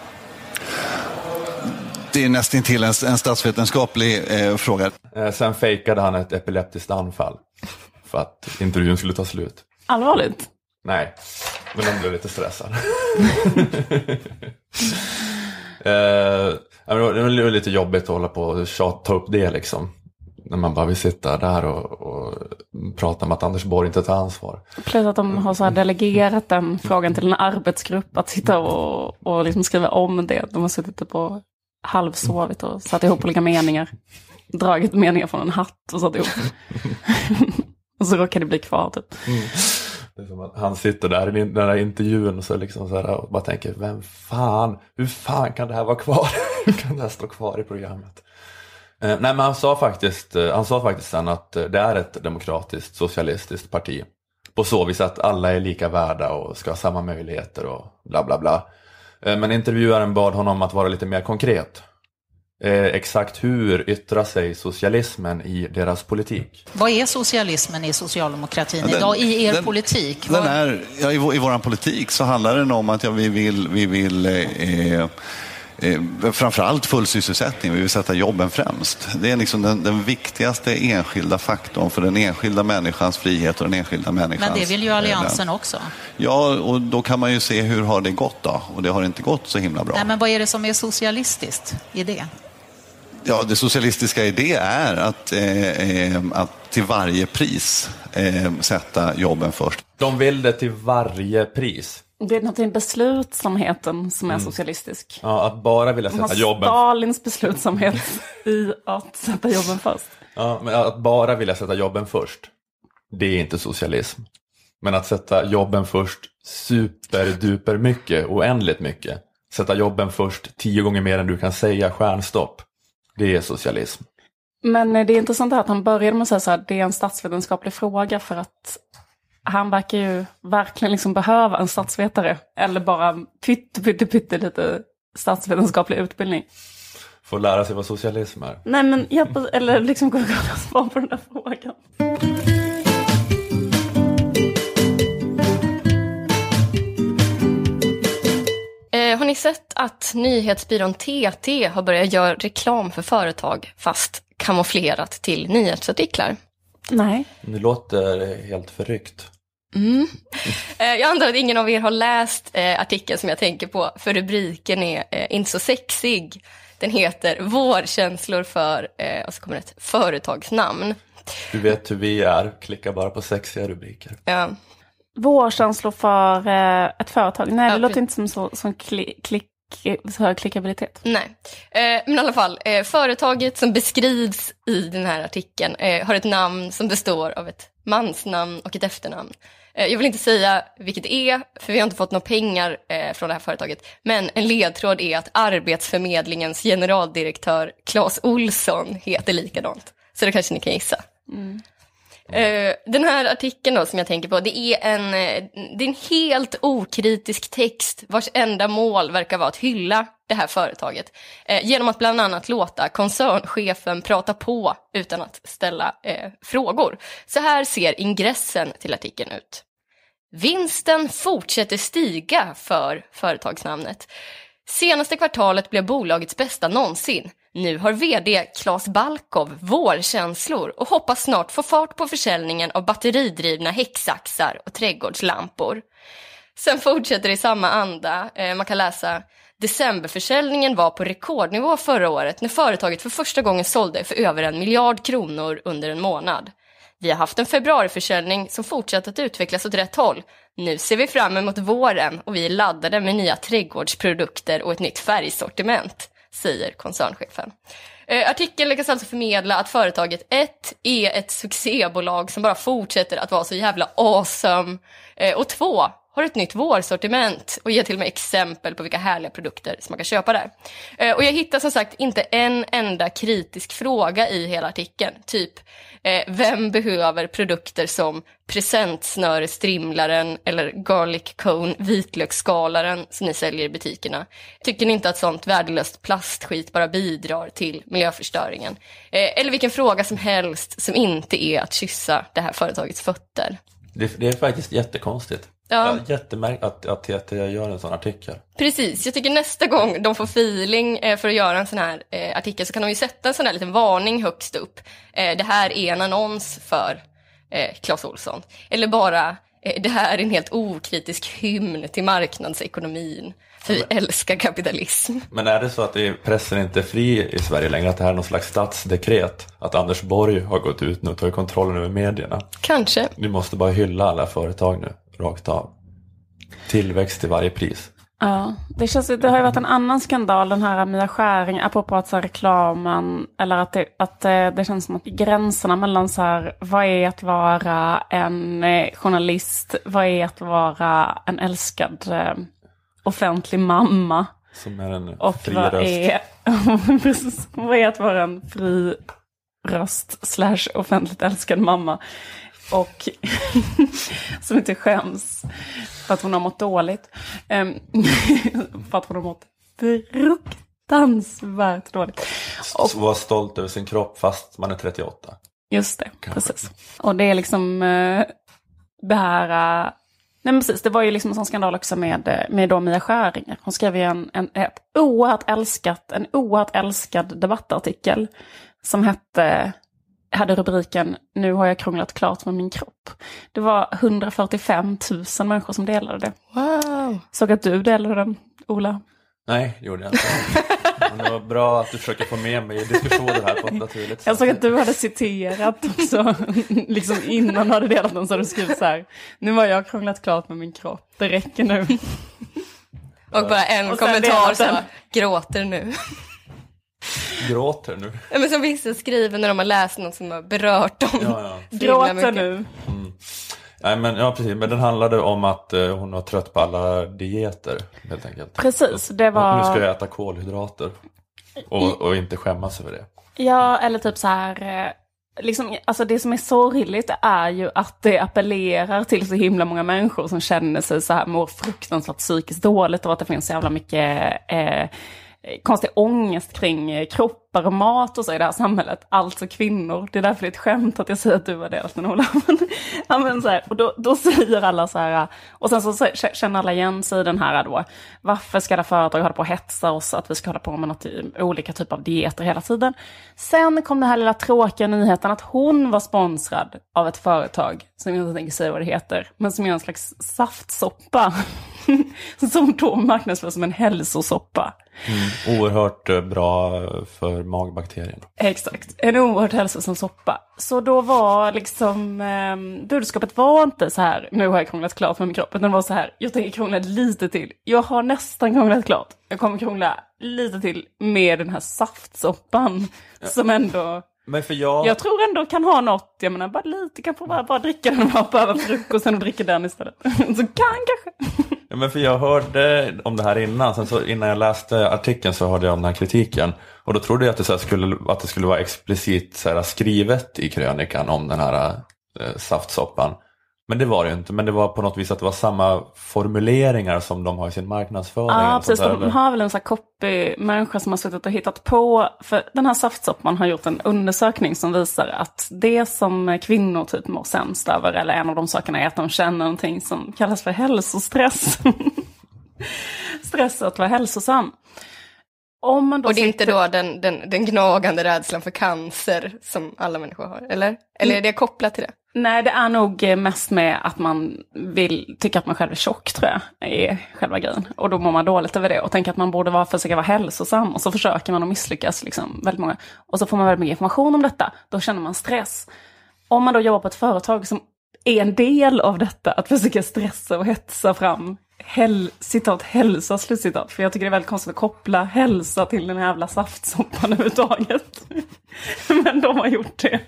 Det är nästan till en statsvetenskaplig fråga.
Sen fejkade han ett epileptiskt anfall för att intervjun skulle ta slut.
Allvarligt?
Nej, men de blev lite stressade. Det var lite jobbigt att hålla på och ta upp det liksom. När man bara vill sitta där och prata om att Anders Borg inte tar ansvar.
Plus att de har så här delegerat den frågan till en arbetsgrupp att sitta och liksom skriva om det. De har suttit på halvsovit och satt ihop olika meningar. Dragit meningar från en hatt och satt ihop. Och så råkade det bli kvar typ.
Det är som att han sitter där i den där intervjun och så liksom så här, och bara tänker, hur fan kan det här vara kvar? Hur kan det här stå kvar i programmet? Nej, men han sa faktiskt sen att det är ett demokratiskt socialistiskt parti. På så vis att alla är lika värda och ska ha samma möjligheter och bla bla bla. Men intervjuaren bad honom att vara lite mer konkret. Exakt hur yttrar sig
socialismen
i deras politik?
Vad är socialismen i socialdemokratin idag i er politik?
I vår politik så handlar det om att vi vill framförallt full sysselsättning. Vi vill sätta jobben främst. Det är liksom den viktigaste enskilda faktorn för den enskilda människans frihet och den enskilda människans...
Men det vill ju Alliansen också.
Ja, och då kan man ju se hur har det gått då. Och det har inte gått så himla bra.
Nej, men vad är det som är socialistiskt i det?
Ja, det socialistiska i det är att till varje pris sätta jobben först.
De vill det till varje pris.
Det är något i beslutsamheten som är socialistisk.
Ja, att bara vilja sätta jobben...
Stalins beslutsamhet i att sätta jobben först.
Ja, men att bara vilja sätta jobben först, det är inte socialism. Men att sätta jobben först superduper mycket, oändligt mycket. Sätta jobben först 10 gånger mer än du kan säga stjärnstopp. Det är socialism.
Men det är intressant att han började med att säga så här, det är en statsvetenskaplig fråga för att han verkar ju verkligen liksom behöva en statsvetare eller bara pytte lite statsvetenskaplig utbildning.
Får lära sig vad socialism är.
Nej, men eller liksom gå och svara på den där frågan.
Har ni sett att nyhetsbyrån TT har börjat göra reklam för företag fast kamouflerat till nyhetsartiklar?
Nej.
Det låter helt förryckt.
Jag antar att ingen av er har läst artikeln som jag tänker på, för rubriken är inte så sexig. Den heter Vårkänslor för, och så kommer ett företagsnamn.
Du vet hur vi är, klicka bara på sexiga rubriker.
Ja.
Vårkänslor för ett företag. Nej, det låter inte som så hög klickabilitet.
Nej, men i alla fall, företaget som beskrivs i den här artikeln har ett namn som består av ett mansnamn och ett efternamn. Jag vill inte säga vilket det är, för vi har inte fått några pengar från det här företaget. Men en ledtråd är att Arbetsförmedlingens generaldirektör Claes Olsson heter likadant. Så det kanske ni kan gissa. Den här artikeln då som jag tänker på, det är en helt okritisk text vars enda mål verkar vara att hylla det här företaget. Genom att bland annat låta koncernchefen prata på utan att ställa frågor. Så här ser ingressen till artikeln ut. Vinsten fortsätter stiga för företagsnamnet. Senaste kvartalet blev bolagets bästa någonsin. Nu har vd Claes Balkov vårkänslor och hoppas snart få fart på försäljningen av batteridrivna häcksaxar och trädgårdslampor. Sen fortsätter det i samma anda. Man kan läsa: decemberförsäljningen var på rekordnivå förra året när företaget för första gången sålde för över 1 miljard kronor under en månad. Vi har haft en februariförsäljning som fortsatt att utvecklas åt rätt håll. Nu ser vi fram emot våren och vi är laddade med nya trädgårdsprodukter och ett nytt färgsortiment, säger koncernchefen. Artikeln lyckas alltså förmedla att företaget 1 är ett succébolag som bara fortsätter att vara så jävla awesome, och 2 har ett nytt vårsortiment och ger till och med exempel på vilka härliga produkter som man kan köpa där. Och jag hittar som sagt inte en enda kritisk fråga i hela artikeln. Typ, vem behöver produkter som presentsnörestrimlaren eller garlic cone vitlöksskalaren som ni säljer i butikerna? Tycker ni inte att sånt värdelöst plastskit bara bidrar till miljöförstöringen? Eller vilken fråga som helst som inte är att kyssa det här företagets fötter.
Det är faktiskt jättekonstigt.
Ja.
Jättemärkt att TT gör en sån artikel.
Precis, jag tycker nästa gång de får feeling för att göra en sån här artikel så kan de ju sätta en sån här liten varning högst upp. Det här är en annons för Claes Olsson. Eller bara, det här är en helt okritisk hymn till marknadsekonomin. För vi älskar kapitalism.
Men är det så att pressen inte är fri i Sverige längre? Att det här är någon slags statsdekret? Att Anders Borg har gått ut nu och tagit kontrollen över medierna?
Kanske.
Vi måste bara hylla alla företag nu, rakt av. Tillväxt till varje pris.
Ja, det har ju varit en annan skandal, den här Mia Skäring, apropå att så här, reklamen, eller att det känns som att gränserna mellan så här, vad är att vara en journalist, vad är att vara en älskad offentlig mamma,
som är en
och
fri
vad
röst.
vad är att vara en fri röst / offentligt älskad mamma, och som inte skäms för att hon har mått dåligt. För att hon har mått fruktansvärt dåligt.
Och var stolt över sin kropp fast man är 38.
Just det, kanske. Precis. Och det är liksom det här... nej men precis, det var ju liksom en sån skandal också med då Mia Skäring. Hon skrev ju en oerhört älskad debattartikel som hade rubriken "Nu har jag krånglat klart med min kropp". Det var 145 000 människor som delade det.
Wow.
Såg att du delade den, Ola?
Nej, det gjorde jag inte. Men det var bra att du försöker få med mig i diskussioner här på ett naturligt sätt.
Jag såg att du hade citerat också, liksom innan du hade delat den, så hade du skrivit så här: "Nu har jag krånglat klart med min kropp, det räcker nu."
Och bara en kommentar så, gråter nu.
Gråter nu?
Ja, men som vissa skriver när de har läst något som har berört dem.
Ja.
Gråter nu.
Mm. Nej, men, ja, precis. Men den handlade om att hon var trött på alla dieter, helt enkelt.
Precis, det var...
Nu ska jag äta kolhydrater och inte skämmas över det.
Ja, eller typ så här... liksom, alltså det som är sorgligt är ju att det appellerar till så himla många människor som känner sig så här, mår fruktansvärt psykiskt dåligt, och att det finns så jävla mycket konstig ångest kring kroppar och mat och så i det här samhället. Alltså kvinnor. Det är därför det är ett skämt att jag säger att du var det. Men så här, och då säger alla så här, och sen så känner alla igen sig i den här då. Varför ska det företag hålla på och hetsa oss att vi ska hålla på med olika typer av dieter hela tiden? Sen kom den här lilla tråkiga nyheten att hon var sponsrad av ett företag som jag inte tänker säga vad det heter, men som är en slags saftsoppa som då marknadsförs som en hälsosoppa.
Oerhört bra för magbakterierna.
Exakt, en oerhört hälsosam soppa. Så då var liksom budskapet var inte så här, nu har jag krånglat klart med min kropp, utan det var så här, jag tänker krångla lite till. Jag har nästan krånglat klart. Jag kommer krångla lite till med den här saftsoppan som ändå...
Men för
jag tror ändå kan ha något, jag menar bara lite, kan få bara dricka den och hoppa över frukosten och dricka den istället. Så kanske.
Ja, men för jag hörde om det här innan, sen så innan jag läste artikeln så hörde jag om den här kritiken. Och då trodde jag att det skulle vara explicit så här, skrivet i krönikan om den här saftsoppan. Men det var det inte, men det var på något vis att det var samma formuleringar som de har i sin marknadsföring.
Ja, precis. De har väl en sån här copy-människa som har suttit och hittat på, för den här saftsoppan har gjort en undersökning som visar att det som kvinnor typ mår sämst över, eller en av de sakerna är att de känner någonting som kallas för hälsostress. Stress att vara hälsosam. Om man då
och det är inte då den gnagande rädslan för cancer som alla människor har, eller? Eller är det kopplat till det?
Nej, det är nog mest med att man vill tycka att man själv är tjock, tror jag, är själva grejen. Och då mår man dåligt över det och tänker att man borde försöka vara hälsosam. Och så försöker man att misslyckas, liksom, väldigt många. Och så får man väldigt mycket information om detta. Då känner man stress. Om man då jobbar på ett företag som är en del av detta, att försöka stressa och hetsa fram citat hälsa, slutcitat. För jag tycker det är väldigt konstigt att koppla hälsa till den här jävla saftsoppan överhuvudtaget. Men de har gjort det.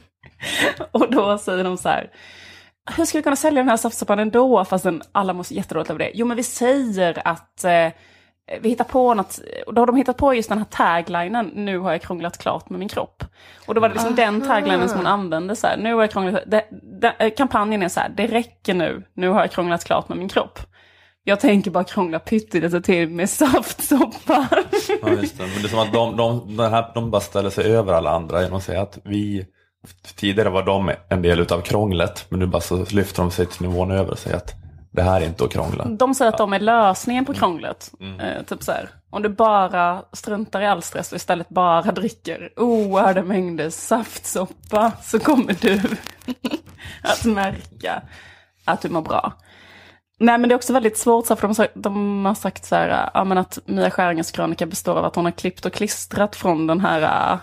Och då säger de så här: hur ska vi kunna sälja den här saftsoppan ändå fast alla måste jättedåligt över det? Jo, men vi säger att vi hittar på något. Och då har de hittat på just den här taglinen: nu har jag krånglat klart med min kropp. Och då var det liksom den taglinen som man använde så här: nu har jag krånglat. Kampanjen är så här: det räcker nu har jag krånglat klart med min kropp. Jag tänker bara krångla pyttelite till med saftsoppa.
Ja, just det. Men det är som att de bara ställer sig över alla andra genom att säga att tidigare var de en del utav krånglet, men nu bara så lyfter de sig till nivån över och säger att det här är inte att krångla.
De säger att de är lösningen på krånglet. Typ så här: om du bara struntar i all stress och istället bara dricker oerhörda mängder saftsoppa, så kommer du att märka att du mår bra. Nej, men det är också väldigt svårt, för de har sagt så här, ja, men att Mia Skäringes krönika består av att hon har klippt och klistrat från den här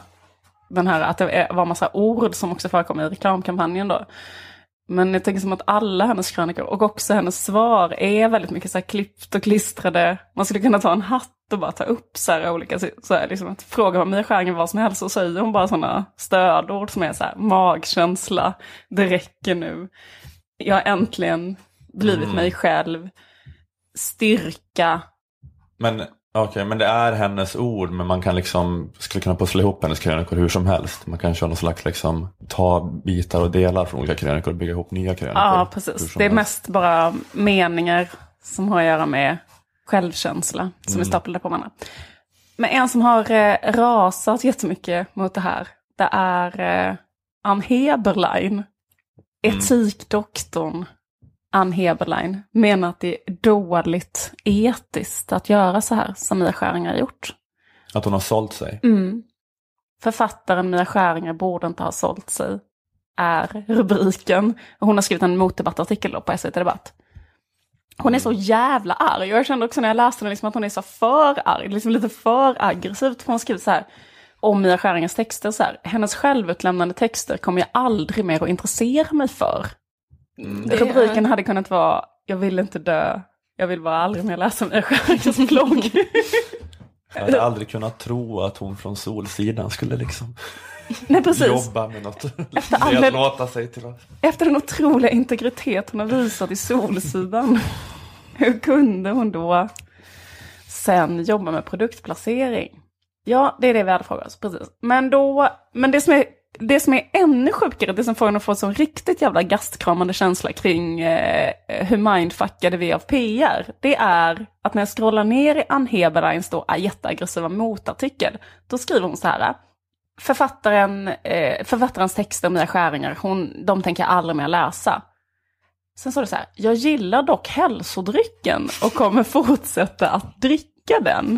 att det var massa ord som också förekommer i reklamkampanjen då. Men jag tänker som att alla hennes krönikor och också hennes svar är väldigt mycket så här klippt och klistrade. Man skulle kunna ta en hatt och bara ta upp så här olika, så här, liksom att fråga om Mia Skäringen vad som helst, och säger hon bara sådana stödord som är så här: magkänsla, det räcker nu, jag har äntligen blivit mig själv, styrka.
Men okej, men det är hennes ord, men man kan skulle kunna pussla ihop hennes krönikor hur som helst. Man kan köra någon slags ta bitar och delar från olika krönikor och bygga ihop nya krönikor.
Ja, precis. Det är mest bara meningar som har att göra med självkänsla som är staplade på varandra. Men en som har rasat jättemycket mot det här, det är Ann Heberlein, etikdoktorn. Ann Heberlein menar att det är dåligt etiskt att göra så här som Mia Skäringer har gjort.
Att hon har sålt sig?
Författaren Mia Skäringer borde inte ha sålt sig, är rubriken. Hon har skrivit en motdebattartikel på SVT Debatt. Hon är så jävla arg. Jag kände också när jag läste den att hon är så för arg. Lite för aggressivt. Hon har skrivit så här om Mia Skäringers texter. Så här: hennes självutlämnande texter kommer jag aldrig mer att intressera mig för. Rubriken hade kunnat vara: jag vill inte dö, jag vill bara aldrig mer läsa Mia Skäringers blogg.
Jag hade aldrig kunnat tro att hon från Solsidan skulle
Nej, precis.
jobba med något. Att låta sig till oss.
Efter den otroliga integritet hon har visat i Solsidan, hur kunde hon då sen jobba med produktplacering? Ja, det är det vi hade frågat oss, precis. Men det som är det som är ännu sjukare, det som får en att få en sån riktigt jävla gastkramande känsla kring hur mindfuckade vi av PR, det är att när jag scrollar ner i Ann Heberleins då jätteaggressiva motartikel, då skriver hon så här: författarens texter, Mia Skäringer, de tänker jag aldrig mer läsa. Sen står det så här: jag gillar dock hälsodrycken och kommer fortsätta att dricka den.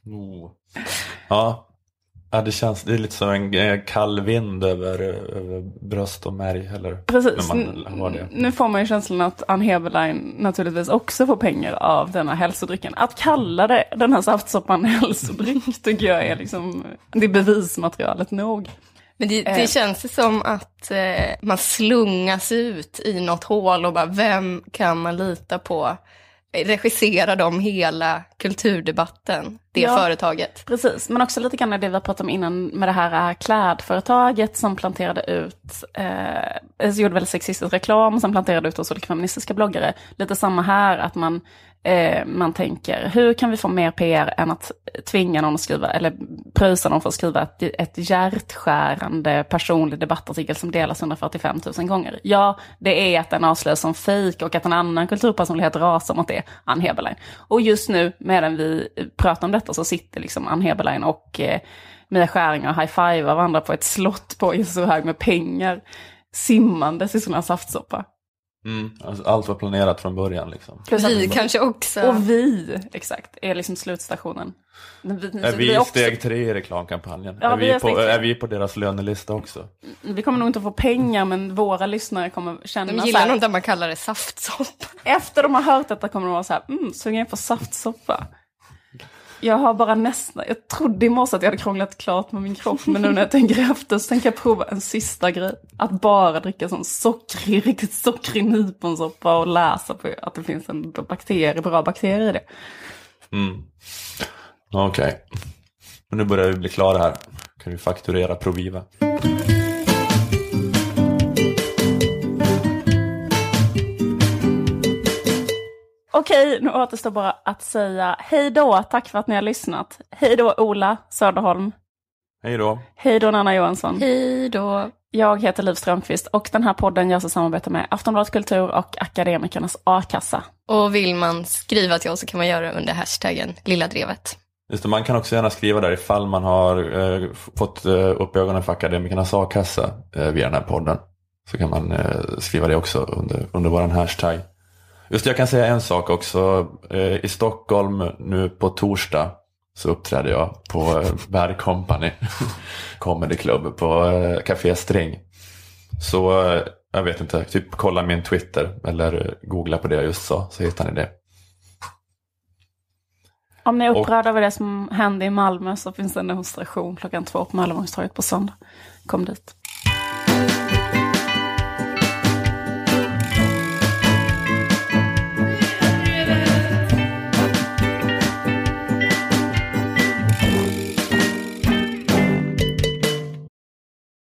Ja, det är lite som en kall vind över bröst och märg. Eller,
precis,
när man har det.
Nu får man ju känslan att Ann Heberlein naturligtvis också får pengar av denna hälsodrycken. Att kalla den här saftsoppan hälsodryck tycker jag är liksom, det är bevismaterialet nog.
Men det känns som att man slungas ut i något hål och bara, vem kan man lita på? Regissera dem hela kulturdebatten, företaget.
Precis, men också lite grann det vi har pratat om innan med det här klädföretaget som planterade ut, gjorde väldigt sexistisk reklam, som planterade ut hos olika feministiska bloggare. Lite samma här, att man tänker, hur kan vi få mer PR än att tvinga någon att skriva, eller pröjsa någon för att skriva ett hjärtskärande personlig debattartikel som delas 145 000 gånger. Ja, det är att den avslöjas som fejk och att en annan kulturpersonlighet rasar mot det, Ann Heberlein. Och just nu, medan vi pratar om detta, så sitter liksom Ann Heberlein och Mia Skäringer och high-five av andra på ett slott på så hög med pengar, simmandes i sån här saftsoppa.
Alltså allt var planerat från början liksom.
Vi kanske också.
Och vi, exakt, är liksom slutstationen.
Är vi steg 3 i reklamkampanjen?
Ja,
är vi på deras lönelista också?
Vi kommer nog inte att få pengar, men våra lyssnare kommer känna
de gillar nog att man kallar det saftsoppa.
Efter de har hört detta kommer de vara så här, sugen på saftsoppa. Jag har bara jag trodde i morse att jag hade krånglat klart med min kropp, men nu när jag tänker efter så tänker jag prova en sista grej. Att bara dricka sån riktigt sockrig nyponsoppa och läsa på att det finns en bra bakterie i det.
Okej. Men nu börjar vi bli klara här. Kan vi fakturera Proviva?
Okej, nu återstår bara att säga hej då. Tack för att ni har lyssnat. Hej då Ola Söderholm.
Hej då.
Hej då Nanna Johansson.
Hej då.
Jag heter Liv Strömqvist och den här podden görs i samarbete med Aftonbladet Kultur och Akademikernas A-kassa.
Och vill man skriva till oss så kan man göra under hashtaggen Lilla Drevet.
Just det, man kan också gärna skriva där ifall man har fått upp ögonen för Akademikernas A-kassa via den här podden. Så kan man skriva det också under våran hashtag. Just det, jag kan säga en sak också. I Stockholm nu på torsdag så uppträdde jag på Bad Company Comedy Club på Café String. Så jag vet inte, typ kolla min Twitter eller googla på det jag just sa, så hittar ni det.
Om ni är upprörda över det som hände i Malmö så finns det en demonstration 2:00 på Möllevångstorget på söndag. Kom dit.